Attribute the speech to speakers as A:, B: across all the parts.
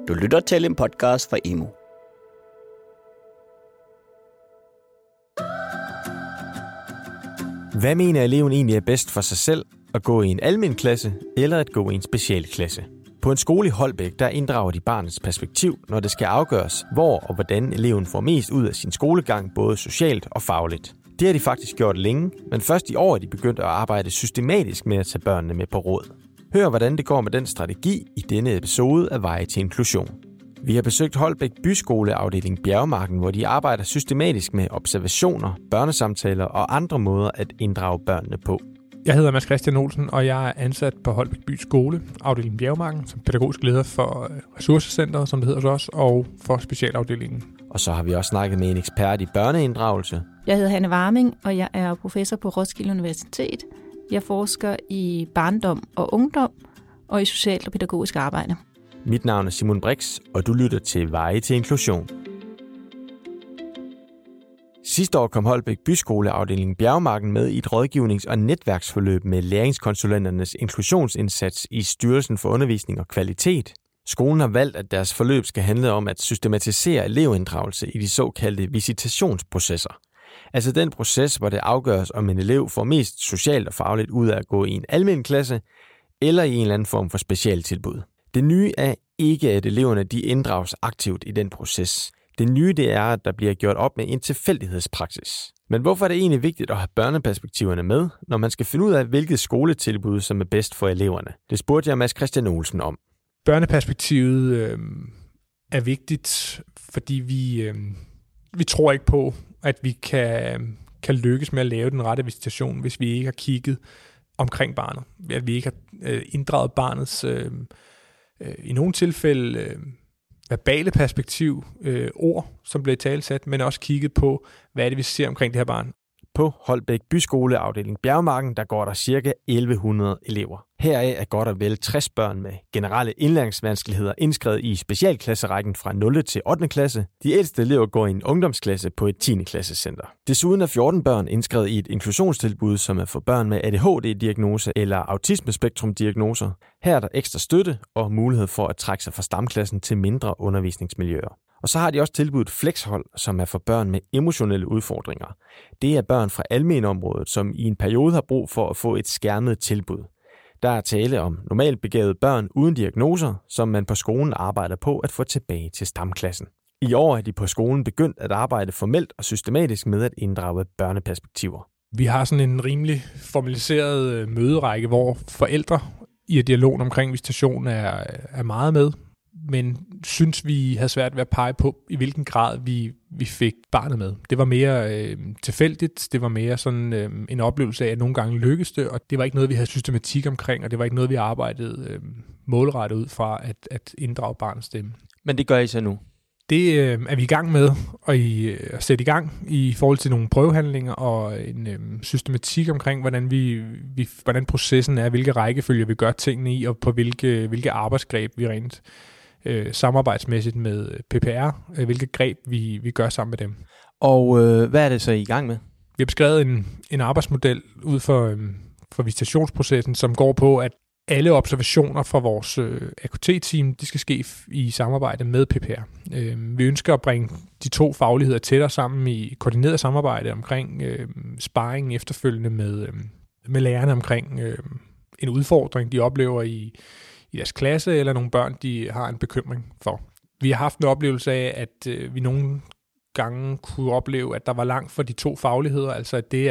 A: Du lytter til en podcast fra Emo.
B: Hvad mener eleven egentlig er bedst for sig selv? At gå i en almen klasse eller at gå i en specialklasse? På en skole i Holbæk, der inddrager de barnets perspektiv, når det skal afgøres, hvor og hvordan eleven får mest ud af sin skolegang, både socialt og fagligt. Det har de faktisk gjort længe, men først i år er de begyndt at arbejde systematisk med at tage børnene med på råd. Hør, hvordan det går med den strategi i denne episode af Veje til Inklusion. Vi har besøgt Holbæk Byskole afdeling Bjergmarken, hvor de arbejder systematisk med observationer, børnesamtaler og andre måder at inddrage børnene på.
C: Jeg hedder Mads Christian Olsen, og jeg er ansat på Holbæk Byskole afdeling Bjergmarken som pædagogisk leder for ressourcecentret, som det hedder hos os, og for specialafdelingen.
B: Og så har vi også snakket med en ekspert i børneinddragelse.
D: Jeg hedder Hanne Warming, og jeg er professor på Roskilde Universitet. Jeg forsker i barndom og ungdom og i socialt og pædagogisk arbejde.
B: Mit navn er Simon Brix, og du lytter til Veje til Inklusion. Sidste år kom Holbæk Byskole afdeling Bjergmarken med i et rådgivnings- og netværksforløb med læringskonsulenternes inklusionsindsats i Styrelsen for Undervisning og Kvalitet. Skolen har valgt, at deres forløb skal handle om at systematisere elevinddragelse i de såkaldte visitationsprocesser. Altså den proces, hvor det afgøres, om en elev får mest socialt og fagligt ud af at gå i en almen klasse eller i en eller anden form for specialtilbud. Det nye er ikke, at eleverne de inddrages aktivt i den proces. Det nye det er, at der bliver gjort op med en tilfældighedspraksis. Men hvorfor er det egentlig vigtigt at have børneperspektiverne med, når man skal finde ud af, hvilket skoletilbud, som er bedst for eleverne? Det spurgte jeg Mads Christian Olsen om.
C: Børneperspektivet er vigtigt, fordi vi tror ikke på, at vi kan lykkes med at lave den rette visitation, hvis vi ikke har kigget omkring barnet. At vi ikke har inddraget barnets i nogle tilfælde verbale perspektiv, ord, som bliver talsat, men også kigget på, hvad er det, vi ser omkring det her barn.
B: På Holbæk Byskole afdeling Bjergmarken, der går der ca. 1100 elever. Heraf er godt og vel 60 børn med generelle indlæringsvanskeligheder indskrevet i specialklasserækken fra 0. til 8. klasse. De ældste elever går i en ungdomsklasse på et 10. klassecenter. Desuden er 14 børn indskrevet i et inklusionstilbud, som er for børn med ADHD-diagnose eller autismespektrumdiagnoser. Her er der ekstra støtte og mulighed for at trække sig fra stamklassen til mindre undervisningsmiljøer. Og så har de også tilbudt flexhold, som er for børn med emotionelle udfordringer. Det er børn fra almenområdet, som i en periode har brug for at få et skærmet tilbud. Der er tale om normalt begavede børn uden diagnoser, som man på skolen arbejder på at få tilbage til stamklassen. I år er de på skolen begyndt at arbejde formelt og systematisk med at inddrage børneperspektiver.
C: Vi har sådan en rimelig formaliseret møderække, hvor forældre i dialogen omkring visitation er meget med. Men synes vi havde svært ved at pege på, i hvilken grad vi fik barnet med. Det var mere tilfældigt, det var mere sådan en oplevelse af, at nogle gange lykkedes det, og det var ikke noget, vi havde systematik omkring, og det var ikke noget, vi arbejdede målrettet ud fra at inddrage barnets stemme.
B: Men det gør I så nu?
C: Det er vi i gang med at sætte i gang i forhold til nogle prøvehandlinger og en systematik omkring, hvordan processen er, hvilke rækkefølger vi gør tingene i, og på hvilke arbejdsgreb vi rent samarbejdsmæssigt med PPR, hvilke greb vi gør sammen med dem. Og
B: hvad er det så I gang med?
C: Vi har beskrevet en arbejdsmodel ud for visitationsprocessen, som går på, at alle observationer fra vores AKT-team, de skal ske i samarbejde med PPR. Vi ønsker at bringe de to fagligheder tættere sammen i koordineret samarbejde omkring sparring efterfølgende med lærerne omkring en udfordring, de oplever i deres klasse, eller nogle børn, de har en bekymring for. Vi har haft en oplevelse af, at vi nogle gange kunne opleve, at der var langt for de to fagligheder, altså det,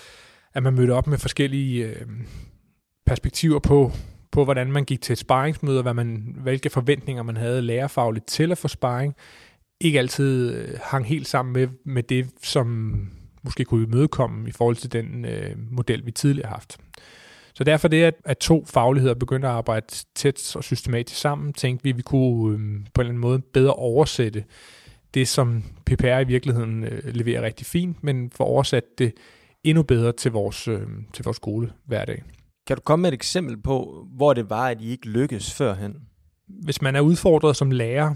C: at man mødte op med forskellige perspektiver på, hvordan man gik til et sparringsmøde, og hvilke forventninger man havde lærerfagligt til at få sparring, ikke altid hang helt sammen med det, som måske kunne imødekomme i forhold til den model, vi tidligere har haft. Så derfor det, at to fagligheder begyndte at arbejde tæt og systematisk sammen, tænkte vi kunne på en eller anden måde bedre oversætte det, som PPR i virkeligheden leverer rigtig fint, men få oversat det endnu bedre til vores skole hverdag.
B: Kan du komme med et eksempel på, hvor det var, at I ikke lykkedes førhen?
C: Hvis man er udfordret som lærer,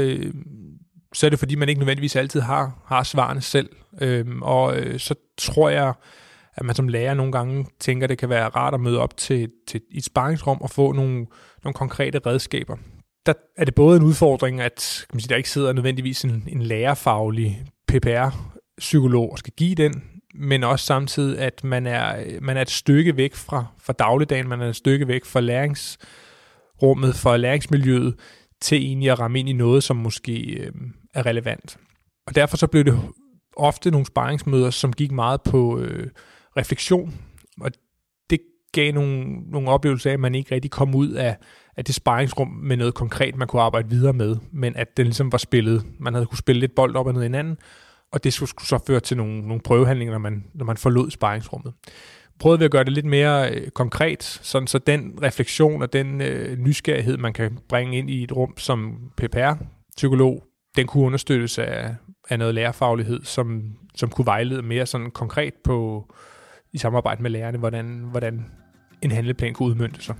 C: så er det fordi, man ikke nødvendigvis altid har svarene selv. Så tror jeg, at man som lærer nogle gange tænker, at det kan være rart at møde op til et sparringsrum og få nogle konkrete redskaber. der er det både en udfordring, at kan man sige, der ikke sidder nødvendigvis en lærerfaglig PPR-psykolog og skal give den, men også samtidig, at man er et stykke væk fra dagligdagen, man er et stykke væk fra læringsrummet, fra læringsmiljøet, til egentlig at ramme ind i noget, som måske er relevant. Og derfor så blev det ofte nogle sparringsmøder, som gik meget på refleksion, og det gav nogle oplevelser af, at man ikke rigtig kom ud af det sparringsrum med noget konkret, man kunne arbejde videre med, men at det ligesom var spillet. Man havde kunne spille lidt bold op og ned hinanden, og det skulle så føre til nogle prøvehandlinger, når man forlod sparringsrummet. Prøvede vi at gøre det lidt mere konkret, sådan så den refleksion og den nysgerrighed, man kan bringe ind i et rum som PPR-psykolog, den kunne understøttes af noget lærerfaglighed, som kunne vejlede mere sådan konkret i samarbejde med lærerne, hvordan en handleplan kunne udmønte sig.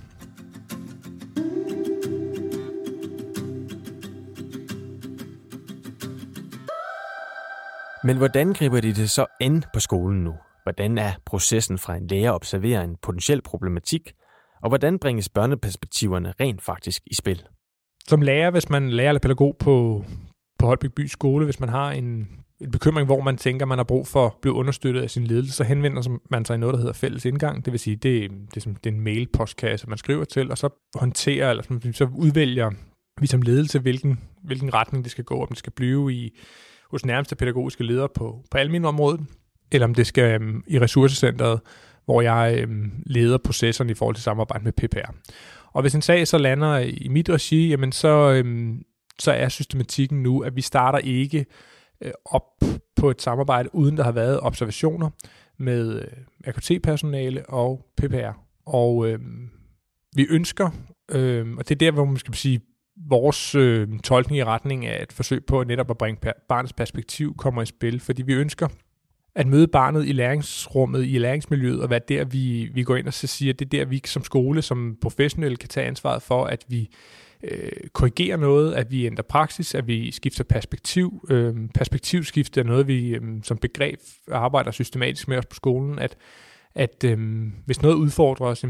B: Men hvordan griber de det så an på skolen nu? Hvordan er processen fra en lærer observerer en potentiel problematik, og hvordan bringes børneperspektiverne rent faktisk i spil?
C: Som lærer, hvis man lærer eller pædagog på Holbæk By Skole, hvis man har en bekymring, hvor man tænker, man har brug for at blive understøttet af sin ledelse, så henvender man sig i noget, der hedder fælles indgang. Det vil sige, det er en mail-postkasse, man skriver til, og så håndterer, eller så udvælger vi som ledelse, hvilken retning det skal gå, om det skal blive hos nærmeste pædagogiske leder på almenområdet, eller om det skal i ressourcecentret, hvor jeg leder processerne i forhold til samarbejde med PPR. Og hvis en sag så lander i mit regi, jamen så er systematikken nu, at vi starter ikke op på et samarbejde, uden der har været observationer med AKT-personale og PPR. Og vi ønsker, og det er der, hvor man skal sige, vores tolkning i retning af et forsøg på netop at bringe barnets perspektiv kommer i spil, fordi vi ønsker at møde barnet i læringsrummet, i læringsmiljøet, og være der, vi går ind og så siger, at det er der, vi som skole, som professionelle kan tage ansvaret for, at vi korrigerer noget, at vi ændrer praksis, at vi skifter perspektiv. Perspektivskifte er noget, vi som begreb arbejder systematisk med os på skolen, at hvis noget udfordrer os,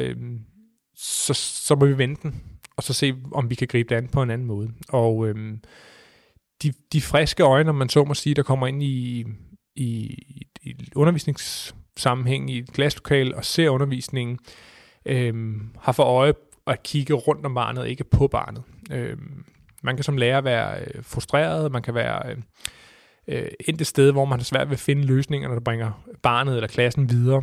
C: så må vi vente den, og så se, om vi kan gribe det an på en anden måde. Og de friske øjne, man så må sige, der kommer ind i undervisningssammenhæng i et klasselokale og ser undervisningen, har for øje at kigge rundt om barnet, ikke på barnet. Man kan som lærer være frustreret, man kan være endt et sted, hvor man har svært ved at finde løsninger, når der bringer barnet eller klassen videre.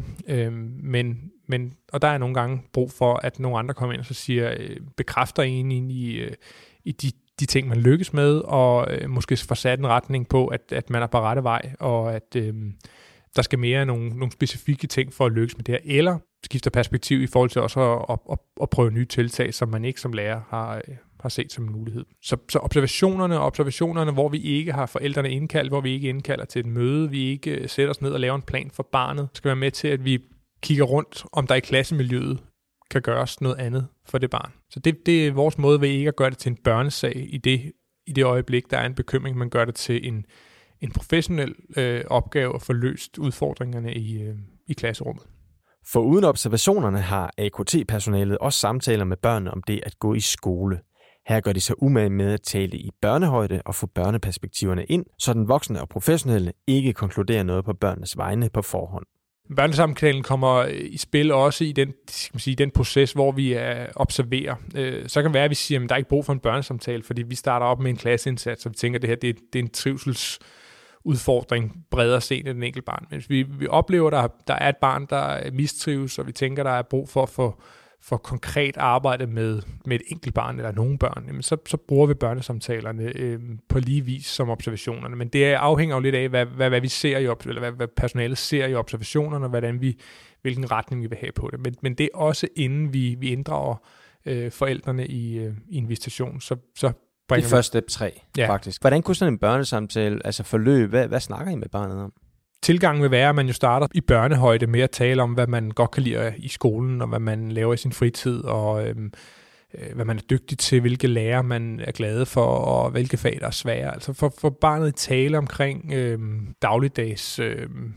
C: Og der er nogle gange brug for, at nogle andre kommer ind og så siger, bekræfter en i de ting, man lykkes med, og måske får sat en retning på, at man er på rette vej, og at der skal mere nogle specifikke ting for at lykkes med det her, eller skifter perspektiv i forhold til også at prøve nye tiltag, som man ikke som lærer har set som en mulighed. Så observationerne, hvor vi ikke har forældrene indkaldt, hvor vi ikke indkalder til et møde, vi ikke sætter os ned og laver en plan for barnet, skal være med til, at vi kigger rundt, om der i klassemiljøet kan gøres noget andet for det barn. Så det er vores måde ved ikke at gøre det til en børnesag i det øjeblik, der er en bekymring, man gør det til en professionel opgave at få løst udfordringerne i klasserummet.
B: For uden observationerne har AKT-personalet også samtaler med børnene om det at gå i skole. Her gør de sig umage med at tale i børnehøjde og få børneperspektiverne ind, så den voksne og professionelle ikke konkluderer noget på børnenes vegne på forhånd.
C: Børnesamtalen kommer i spil også i den proces, hvor vi observerer. Så kan det være, at vi siger, at der er ikke brug for en børnesamtale, fordi vi starter op med en klasseindsats, og vi tænker, at det her det er en trivselsudfordring bredere set end den enkelte barn. Men hvis vi oplever, at der er et barn, der mistrives, og vi tænker, at der er brug for at få konkret arbejde med et enkelt barn eller nogle børn, jamen så bruger vi børnesamtalerne på lige vis som observationerne. Men det afhænger jo lidt af, hvad vi ser eller hvad personalet ser i observationerne, og hvilken retning vi vil have på det. Men det er også inden vi inddrager forældrene i en visitation, så
B: det er først step 3, faktisk. Hvordan kunne sådan en børnesamtale forløbe? Hvad snakker I med barnet om?
C: Tilgangen vil være, at man jo starter i børnehøjde med at tale om, hvad man godt kan lide i skolen, og hvad man laver i sin fritid, og hvad man er dygtig til, hvilke lærer man er glad for, og hvilke fag, der er svære. Altså for barnet at tale omkring dagligdags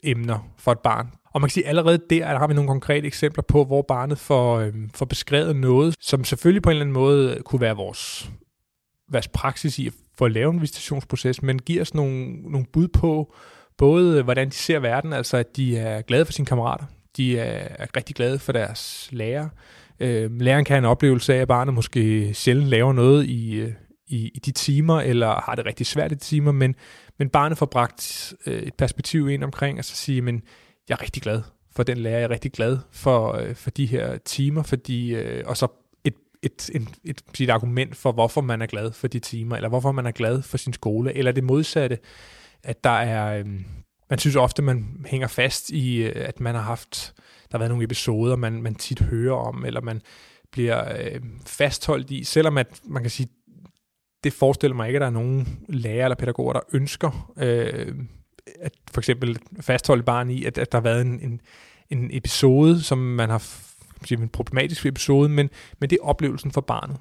C: emner for et barn. Og man kan sige, at allerede der har vi nogle konkrete eksempler på, hvor barnet får beskrevet noget, som selvfølgelig på en eller anden måde kunne være vores praksis i at lave en visitationsproces, men giver os nogle bud på, både hvordan de ser verden, altså at de er glade for sine kammerater, de er rigtig glade for deres lærer. Læreren kan have en oplevelse af, at barnet måske sjældent laver noget i de timer, eller har det rigtig svært i de timer, men barnet får bragt et perspektiv ind omkring, og så sige, men jeg er rigtig glad for den lærer, jeg er rigtig glad for de her timer, fordi, og så et argument for, hvorfor man er glad for de timer, eller hvorfor man er glad for sin skole, eller det modsatte, at der er, man synes ofte, man hænger fast i, at man der har været nogle episoder, man tit hører om, eller man bliver fastholdt i, selvom at man kan sige, det forestiller mig ikke, at der er nogen lærer eller pædagoger, der ønsker at for eksempel fastholde barn i, at der har været en episode, som man har en problematisk episode, men det er oplevelsen for barnet.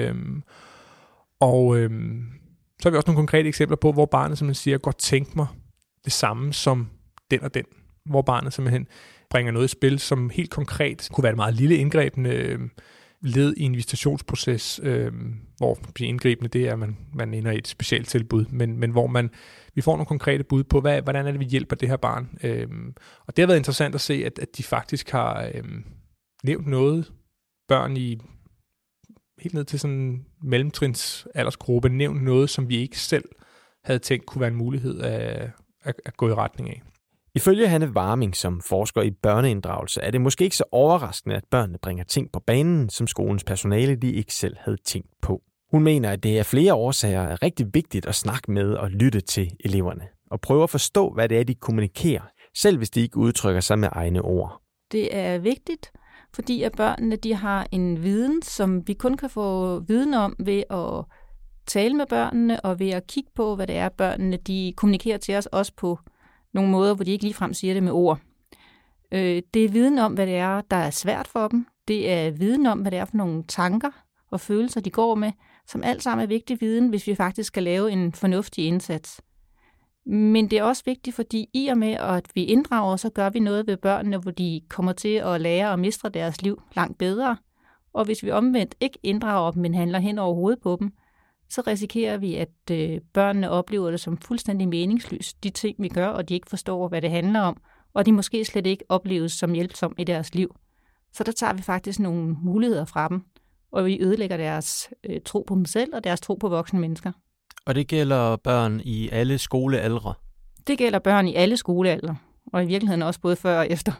C: Så har vi også nogle konkrete eksempler på, hvor barnet simpelthen siger, godt tænk mig det samme som den og den. Hvor barnet simpelthen bringer noget i spil, som helt konkret kunne være et meget lille indgrebende led i en visitationsproces, hvor indgribende det er, at man ender i et specielt tilbud, men hvor vi får nogle konkrete bud på, hvordan er det, vi hjælper det her barn. Og det har været interessant at se, at de faktisk har nævnt noget, børn i helt ned til sådan en mellemtrins aldersgruppe, nævnt noget, som vi ikke selv havde tænkt kunne være en mulighed at gå i retning af.
B: Ifølge Hanne Warming, som forsker i børneinddragelse, er det måske ikke så overraskende, at børnene bringer ting på banen, som skolens personale de ikke selv havde tænkt på. Hun mener, at det af flere årsager er rigtig vigtigt at snakke med og lytte til eleverne, og prøve at forstå, hvad det er, de kommunikerer, selv hvis de ikke udtrykker sig med egne ord.
D: Det er vigtigt, fordi at børnene de har en viden, som vi kun kan få viden om ved at tale med børnene, og ved at kigge på, hvad det er, børnene de kommunikerer til os, også på nogle måder, hvor de ikke ligefrem siger det med ord. Det er viden om, hvad det er, der er svært for dem. Det er viden om, hvad det er for nogle tanker og følelser, de går med, som alt sammen er vigtig viden, hvis vi faktisk skal lave en fornuftig indsats. Men det er også vigtigt, fordi i og med, at vi inddrager, så gør vi noget ved børnene, hvor de kommer til at lære at mestre deres liv langt bedre. Og hvis vi omvendt ikke inddrager dem, men handler hen over hovedet på dem, så risikerer vi, at børnene oplever det som fuldstændig meningsløst, de ting, vi gør, og de ikke forstår, hvad det handler om, og de måske slet ikke opleves som hjælpsom i deres liv. Så der tager vi faktisk nogle muligheder fra dem, og vi ødelægger deres tro på dem selv og deres tro på voksne mennesker.
B: Og det gælder børn i alle skolealdre?
D: Det gælder børn i alle skolealdre, og i virkeligheden også både før og efter.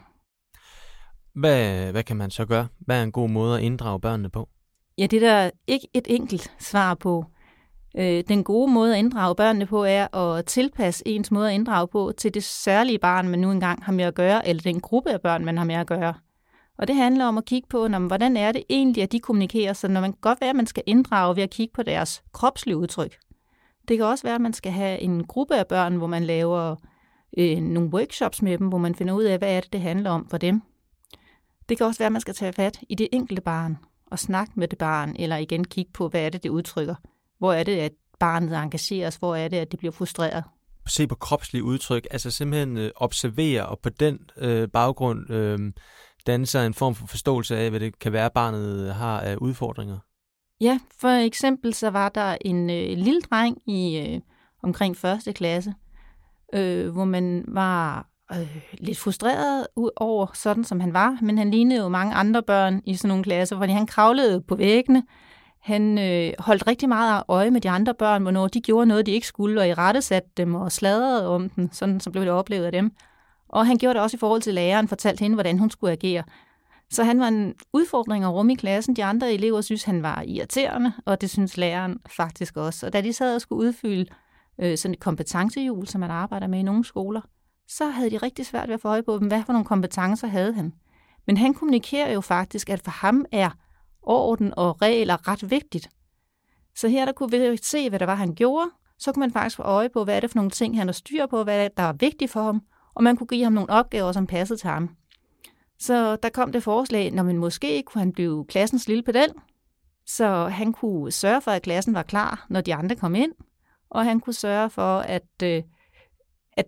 B: Hvad kan man så gøre? Hvad er en god måde at inddrage børnene på?
D: Ja, det er der ikke et enkelt svar på. Den gode måde at inddrage børnene på er at tilpasse ens måde at inddrage på til det særlige barn, man nu engang har med at gøre, eller den gruppe af børn, man har med at gøre. Og det handler om at kigge på, hvordan er det egentlig, at de kommunikerer, så når man godt være, at man skal inddrage ved at kigge på deres kropslige udtryk. Det kan også være, at man skal have en gruppe af børn, hvor man laver nogle workshops med dem, hvor man finder ud af, hvad er det handler om for dem. Det kan også være, at man skal tage fat i det enkelte barn og snakke med det barn, eller igen kigge på, hvad er det udtrykker. Hvor er det, at barnet engageres? Hvor er det, at det bliver frustreret?
B: Se på kropslige udtryk, altså simpelthen observere, og på den baggrund danne sig en form for forståelse af, hvad det kan være, barnet har af udfordringer.
D: Ja, for eksempel så var der en lille dreng i omkring 1. klasse, hvor man var lidt frustreret over sådan, som han var, men han lignede jo mange andre børn i sådan nogle klasser, fordi han kravlede på væggene. Han holdt rigtig meget øje med de andre børn, hvornår de gjorde noget, de ikke skulle, og irettesatte dem og sladrede om dem, sådan så blev det oplevet af dem. Og han gjorde det også i forhold til læreren, fortalte hende, hvordan hun skulle agere. Så han var en udfordring at rumme i klassen. De andre elever synes, han var irriterende, og det synes læreren faktisk også. Og da de sad og skulle udfylde sådan et kompetencehjul, som man arbejder med i nogle skoler, så havde de rigtig svært ved at få øje på dem. Hvad for nogle kompetencer havde han? Men han kommunikerer jo faktisk, at for ham er orden og regler ret vigtigt. Så her der kunne vi se, hvad der var, han gjorde. Så kunne man faktisk få øje på, hvad er det for nogle ting, han har styr på, hvad der er vigtigt for ham, og man kunne give ham nogle opgaver, som passede til ham. Så der kom det forslag, når man måske kunne han blive klassens lille pedel, så han kunne sørge for, at klassen var klar, når de andre kom ind, og han kunne sørge for,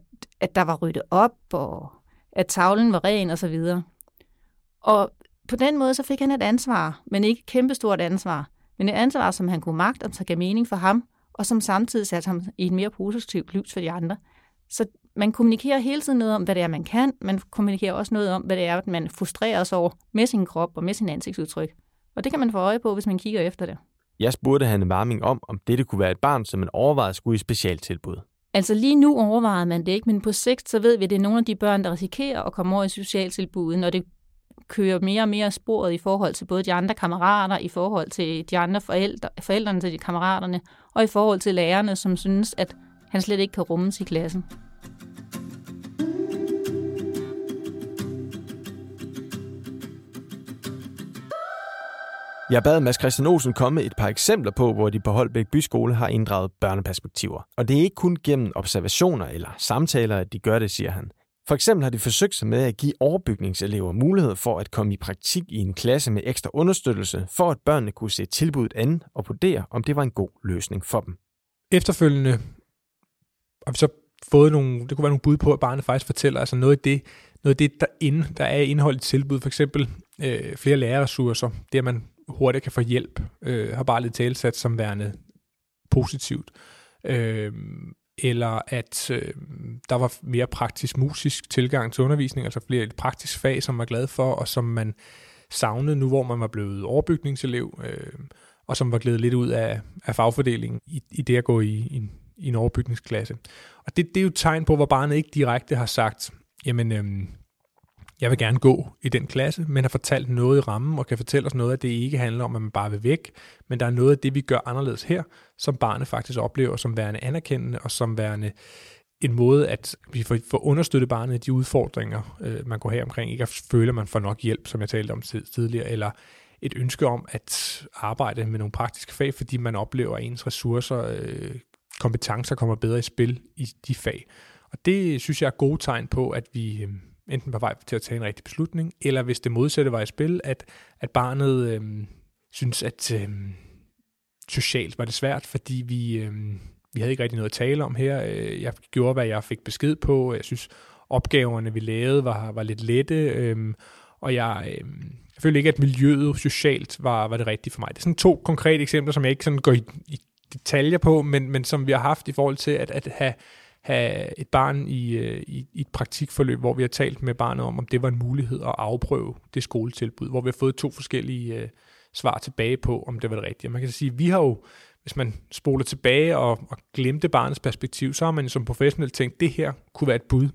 D: at der var ryddet op, og at tavlen var ren og så videre. Og på den måde så fik han et ansvar, men ikke et kæmpestort ansvar, men et ansvar, som han kunne magte, og som gav mening for ham, og som samtidig satte ham i et mere positivt lys for de andre. Så man kommunikerer hele tiden noget om, hvad det er, man kan. Man kommunikerer også noget om, hvad det er, at man frustrerer sig over med sin krop og med sin ansigtsudtryk. Og det kan man få øje på, hvis man kigger efter det.
B: Jeg spurgte Hanne Warming om dette kunne være et barn, som man overvejede skulle i specialtilbud.
D: Altså lige nu overvejer man det ikke, men på sigt så ved vi, at det er nogle af de børn, der risikerer at komme over i socialtilbud, når det kører mere og mere sporet i forhold til både de andre kammerater, i forhold til de andre forældrene til de kammeraterne, og i forhold til lærerne, som synes, at han slet ikke kan rummes i klassen.
B: Jeg bad Mads Christian Olsen komme med et par eksempler på, hvor de på Holbæk Byskole har inddraget børneperspektiver. Og det er ikke kun gennem observationer eller samtaler, at de gør det, siger han. For eksempel har de forsøgt sig med at give overbygningselever mulighed for at komme i praktik i en klasse med ekstra understøttelse, for at børnene kunne se tilbuddet an og vurdere, om det var en god løsning for dem.
C: Efterfølgende har vi så fået det kunne være nogle bud på, at barnet faktisk fortæller, altså noget af det der er indhold i tilbud, for eksempel flere lærerressourcer, det at man hurtigt kan få hjælp, har bare lidt talsat som værende positivt. Eller at der var mere praktisk musisk tilgang til undervisning, altså flere et praktisk fag, som man var glad for, og som man savnede nu, hvor man var blevet overbygningselev, og som var glædet lidt ud af fagfordelingen i det at gå i en overbygningsklasse. Og det er jo et tegn på, hvor barnet ikke direkte har sagt, jamen, jeg vil gerne gå i den klasse, men har fortalt noget i rammen, og kan fortælle os noget, at det ikke handler om, at man bare vil væk, men der er noget af det, vi gør anderledes her, som barnet faktisk oplever som værende anerkendende, og som værende en måde, at vi får understøttet barnet i de udfordringer, man går her omkring, ikke at føle, at man får nok hjælp, som jeg talte om tidligere, eller et ønske om at arbejde med nogle praktiske fag, fordi man oplever, at ens ressourcer, kompetencer kommer bedre i spil i de fag. Og det synes jeg er gode tegn på, at vi enten på vej til at tage en rigtig beslutning, eller hvis det modsatte var i spil, at barnet synes, at socialt var det svært, fordi vi havde ikke rigtig noget at tale om her. Jeg gjorde, hvad jeg fik besked på. Jeg synes, opgaverne, vi lavede, var lidt lette, og jeg følte ikke, at miljøet socialt var det rigtige for mig. Det er sådan 2 konkrete eksempler, som jeg ikke sådan går i detaljer på, men som vi har haft i forhold til at have et barn i et praktikforløb, hvor vi har talt med barnet om det var en mulighed at afprøve det skoletilbud, hvor vi har fået 2 forskellige svar tilbage på, om det var det rigtige. Man kan sige, at vi har jo, hvis man spoler tilbage og glemte barnets perspektiv, så har man som professionel tænkt, at det her kunne være et bud.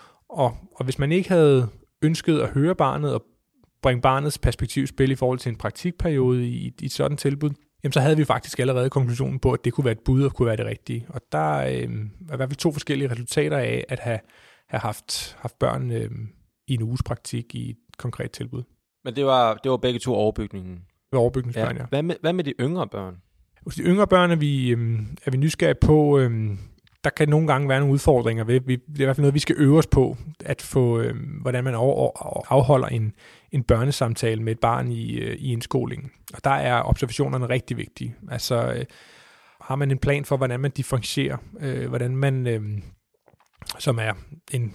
C: Og hvis man ikke havde ønsket at høre barnet og bringe barnets perspektiv i spil i forhold til en praktikperiode i et sådan tilbud, jamen så havde vi faktisk allerede konklusionen på, at det kunne være et bud og kunne være det rigtige. Og der er i hvert fald 2 forskellige resultater af at have haft børn i en uges praktik i et konkret tilbud.
B: Men det var begge 2 overbygningen?
C: Overbygningsbørn, ja.
B: Hvad med de yngre børn?
C: Hos de yngre børn er vi nysgerrige på, der kan nogle gange være nogle udfordringer ved. Det er i hvert fald noget, vi skal øve os på, at få, hvordan man afholder en børnesamtale med et barn i indskolingen. Og der er observationerne rigtig vigtige. Altså har man en plan for, hvordan man differentierer, hvordan man, som er en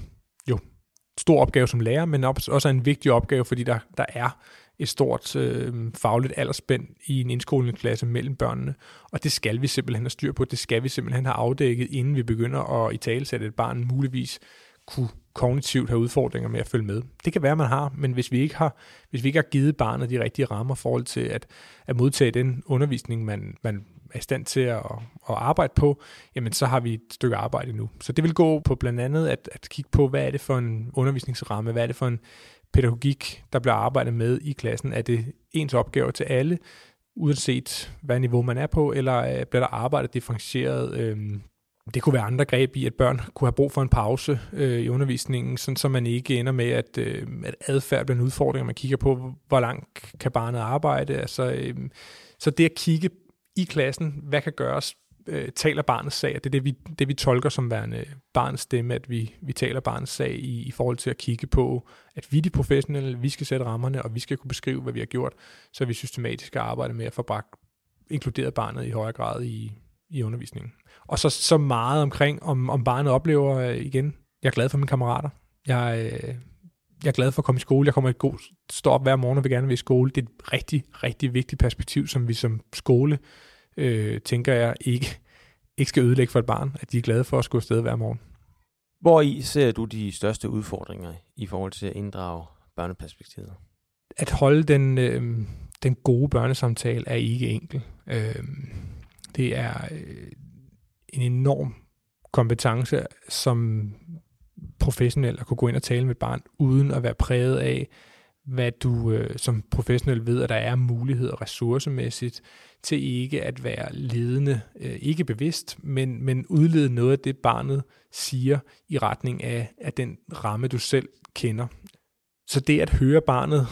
C: stor opgave som lærer, men også en vigtig opgave, fordi der er et stort fagligt aldersspænd i en indskolingsklasse mellem børnene, og det skal vi simpelthen have styr på, det skal vi simpelthen have afdækket, inden vi begynder at italesætte et barn muligvis kunne kognitivt have udfordringer med at følge med. Det kan være, man har, men hvis vi ikke har givet barnet de rigtige rammer i forhold til at modtage den undervisning, man er i stand til at arbejde på, jamen så har vi et stykke arbejde nu. Så det vil gå på blandt andet at kigge på, hvad er det for en undervisningsramme, hvad er det for en pædagogik, der bliver arbejdet med i klassen. Er det ens opgave til alle, uanset hvad niveau man er på, eller bliver der arbejdet differentieret? Det kunne være andre greb i, at børn kunne have brug for en pause i undervisningen, sådan så man ikke ender med, at adfærd bliver en udfordring, man kigger på, hvor langt kan barnet arbejde. Altså, så det at kigge i klassen, hvad kan gøres, taler barnets sag, det er det, vi tolker som værende barnets stemme, at vi taler barnets sag i forhold til at kigge på, at vi de professionelle, vi skal sætte rammerne, og vi skal kunne beskrive, hvad vi har gjort, så vi systematisk skal arbejde med at få inkluderet barnet i højere grad i undervisningen. Og så meget omkring, om barnet oplever igen Jeg er glad for mine kammerater. Jeg er glad for at komme i skole. Jeg kommer står op hver morgen og vil gerne være i skole. Det er et rigtig, rigtig vigtigt perspektiv, som vi som skole, tænker jeg, ikke skal ødelægge for et barn, at de er glade for at skulle afsted hver morgen.
B: Hvori ser du de største udfordringer i forhold til at inddrage børneperspektivet?
C: At holde den gode børnesamtale er ikke enkel. Det er en enorm kompetence som professionel at kunne gå ind og tale med et barn, uden at være præget af, hvad du som professionel ved, at der er muligheder ressourcemæssigt til ikke at være ledende, ikke bevidst, men udlede noget af det, barnet siger i retning af den ramme, du selv kender. Så det at høre barnet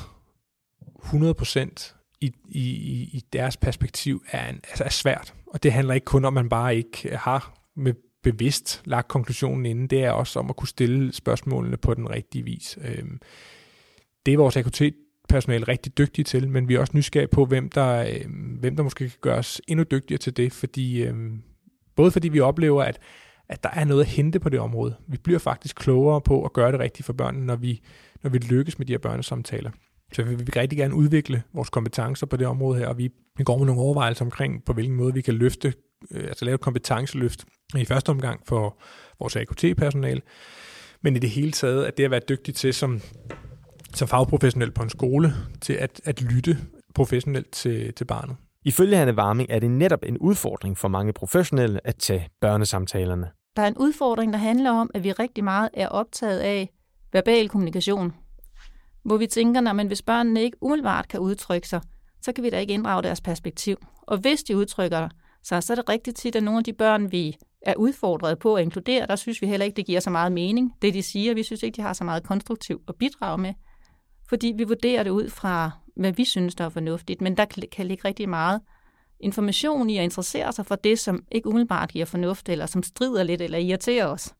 C: 100% i deres perspektiv er svært. Og det handler ikke kun om, at man bare ikke har med bevidst lagt konklusionen inden. Det er også om at kunne stille spørgsmålene på den rigtige vis. Det er vores AKT-personale rigtig dygtige til, men vi er også nysgerrige på, hvem der måske kan gøre os endnu dygtigere til det, både fordi vi oplever, at der er noget at hente på det område. Vi bliver faktisk klogere på at gøre det rigtigt for børnene, når vi lykkes med de her børnesamtaler. Så vi vil rigtig gerne udvikle vores kompetencer på det område her, og vi går med nogle overvejelser omkring, på hvilken måde vi kan lave et kompetenceløft i første omgang for vores AKT-personale, men i det hele taget, at det at være dygtig til som fagprofessionel på en skole, til at lytte professionelt til barnet.
B: Ifølge Hanne Warming er det netop en udfordring for mange professionelle at tage børnesamtalerne.
D: Der er en udfordring, der handler om, at vi rigtig meget er optaget af verbal kommunikation. Hvor vi tænker, at hvis børnene ikke umiddelbart kan udtrykke sig, så kan vi da ikke inddrage deres perspektiv. Og hvis de udtrykker sig, så er det rigtig tit, at nogle af de børn, vi er udfordret på at inkludere, der synes vi heller ikke, det giver så meget mening. Det de siger, vi synes ikke, de har så meget konstruktivt at bidrage med. Fordi vi vurderer det ud fra, hvad vi synes, der er fornuftigt. Men der kan ligge rigtig meget information i at interessere sig for det, som ikke umiddelbart giver fornuft, eller som strider lidt, eller irriterer os.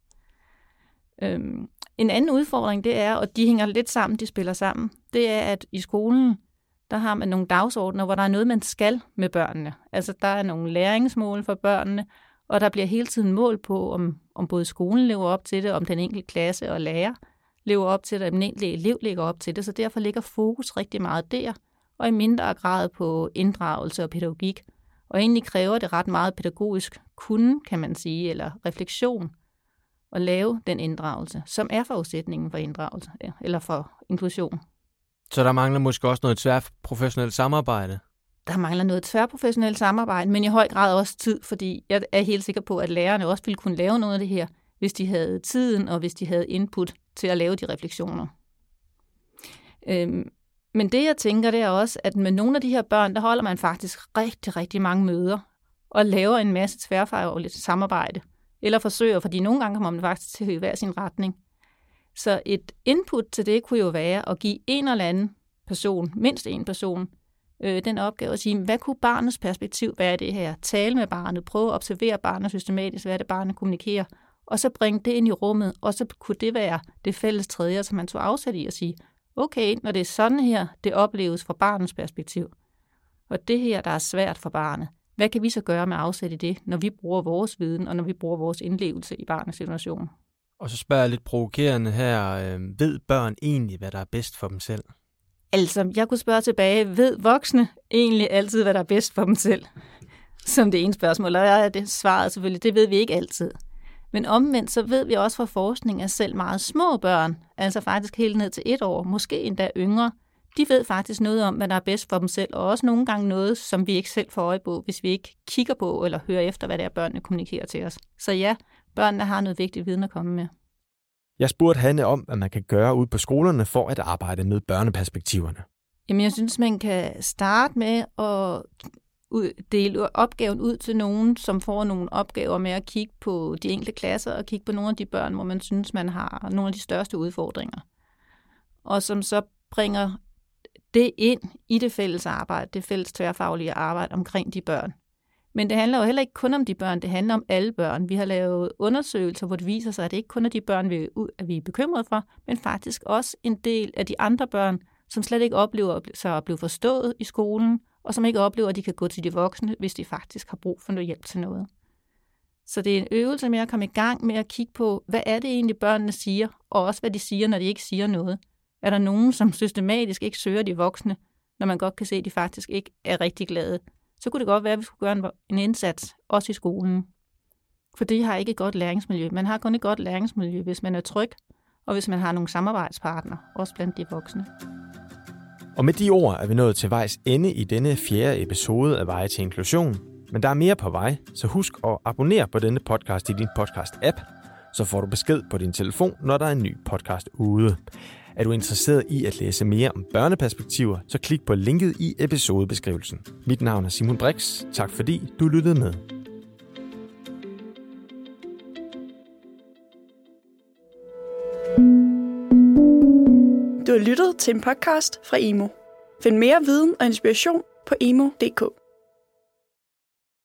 D: En anden udfordring, det er, og de hænger lidt sammen, de spiller sammen, det er, at i skolen, der har man nogle dagsordner, hvor der er noget, man skal med børnene. Altså, der er nogle læringsmål for børnene, og der bliver hele tiden mål på, om både skolen lever op til det, om den enkelte klasse og lærer lever op til det, og den enkelte elev lever op til det. Så derfor ligger fokus rigtig meget der, og i mindre grad på inddragelse og pædagogik. Og egentlig kræver det ret meget pædagogisk kunde, kan man sige, eller refleksion, at lave den inddragelse, som er forudsætningen for inddragelse, eller for inklusion.
B: Så der mangler måske også noget tværprofessionelt samarbejde?
D: Der mangler noget tværprofessionelt samarbejde, men i høj grad også tid, fordi jeg er helt sikker på, at lærerne også ville kunne lave noget af det her, hvis de havde tiden, og hvis de havde input til at lave de refleksioner. Men det, jeg tænker, det er også, at med nogle af de her børn, der holder man faktisk rigtig, rigtig mange møder, og laver en masse tværfagligt samarbejde, eller forsøger, fordi nogle gange kommer man faktisk til hver sin retning. Så et input til det kunne jo være at give en eller anden person, mindst en person, den opgave at sige, hvad kunne barnets perspektiv være i det her? Tale med barnet, prøve at observere barnet systematisk, hvad det barnet kommunikerer, og så bringe det ind i rummet, og så kunne det være det fælles tredje, som man tog afsæt i at sige, okay, når det er sådan her, det opleves fra barnets perspektiv, og det her, der er svært for barnet, hvad kan vi så gøre med afsæt i det, når vi bruger vores viden, og når vi bruger vores indlevelse i barnets situation?
B: Og så spørger jeg lidt provokerende her, ved børn egentlig, hvad der er bedst for dem selv?
D: Altså, jeg kunne spørge tilbage, ved voksne egentlig altid, hvad der er bedst for dem selv? Som det ene spørgsmål, og jeg er det svaret selvfølgelig, det ved vi ikke altid. Men omvendt, så ved vi også fra forskning, at selv meget små børn, altså faktisk helt ned til 1 år, måske endda yngre, de ved faktisk noget om, hvad der er bedst for dem selv, og også nogle gange noget, som vi ikke selv får øje på, hvis vi ikke kigger på eller hører efter, hvad det er, børnene kommunikerer til os. Så ja, børnene har noget vigtigt viden at komme med.
B: Jeg spurgte Hanne om, hvad man kan gøre ude på skolerne for at arbejde med børneperspektiverne.
D: Jamen, jeg synes, man kan starte med at dele opgaven ud til nogen, som får nogle opgaver med at kigge på de enkelte klasser og kigge på nogle af de børn, hvor man synes, man har nogle af de største udfordringer. Og som så bringer det ind i det fælles arbejde, det fælles tværfaglige arbejde omkring de børn. Men det handler jo heller ikke kun om de børn, det handler om alle børn. Vi har lavet undersøgelser, hvor det viser sig, at det ikke kun er de børn, vi er bekymret for, men faktisk også en del af de andre børn, som slet ikke oplever sig at blive forstået i skolen, og som ikke oplever, at de kan gå til de voksne, hvis de faktisk har brug for noget hjælp til noget. Så det er en øvelse med at komme i gang med at kigge på, hvad er det egentlig børnene siger, og også hvad de siger, når de ikke siger noget. Er der nogen, som systematisk ikke søger de voksne, når man godt kan se, at de faktisk ikke er rigtig glade? Så kunne det godt være, at vi skulle gøre en indsats, også i skolen. For det har ikke et godt læringsmiljø. Man har kun et godt læringsmiljø, hvis man er tryg, og hvis man har nogle samarbejdspartnere, også blandt de voksne.
B: Og med de ord er vi nået til vejs ende i denne 4. episode af Veje til Inklusion. Men der er mere på vej, så husk at abonnere på denne podcast i din podcast-app, så får du besked på din telefon, når der er en ny podcast ude. Er du interesseret i at læse mere om børneperspektiver, så klik på linket i episodebeskrivelsen. Mit navn er Simon Brix. Tak fordi du lyttede med.
E: Du har lyttet til en podcast fra Emo. Find mere viden og inspiration på emo.dk.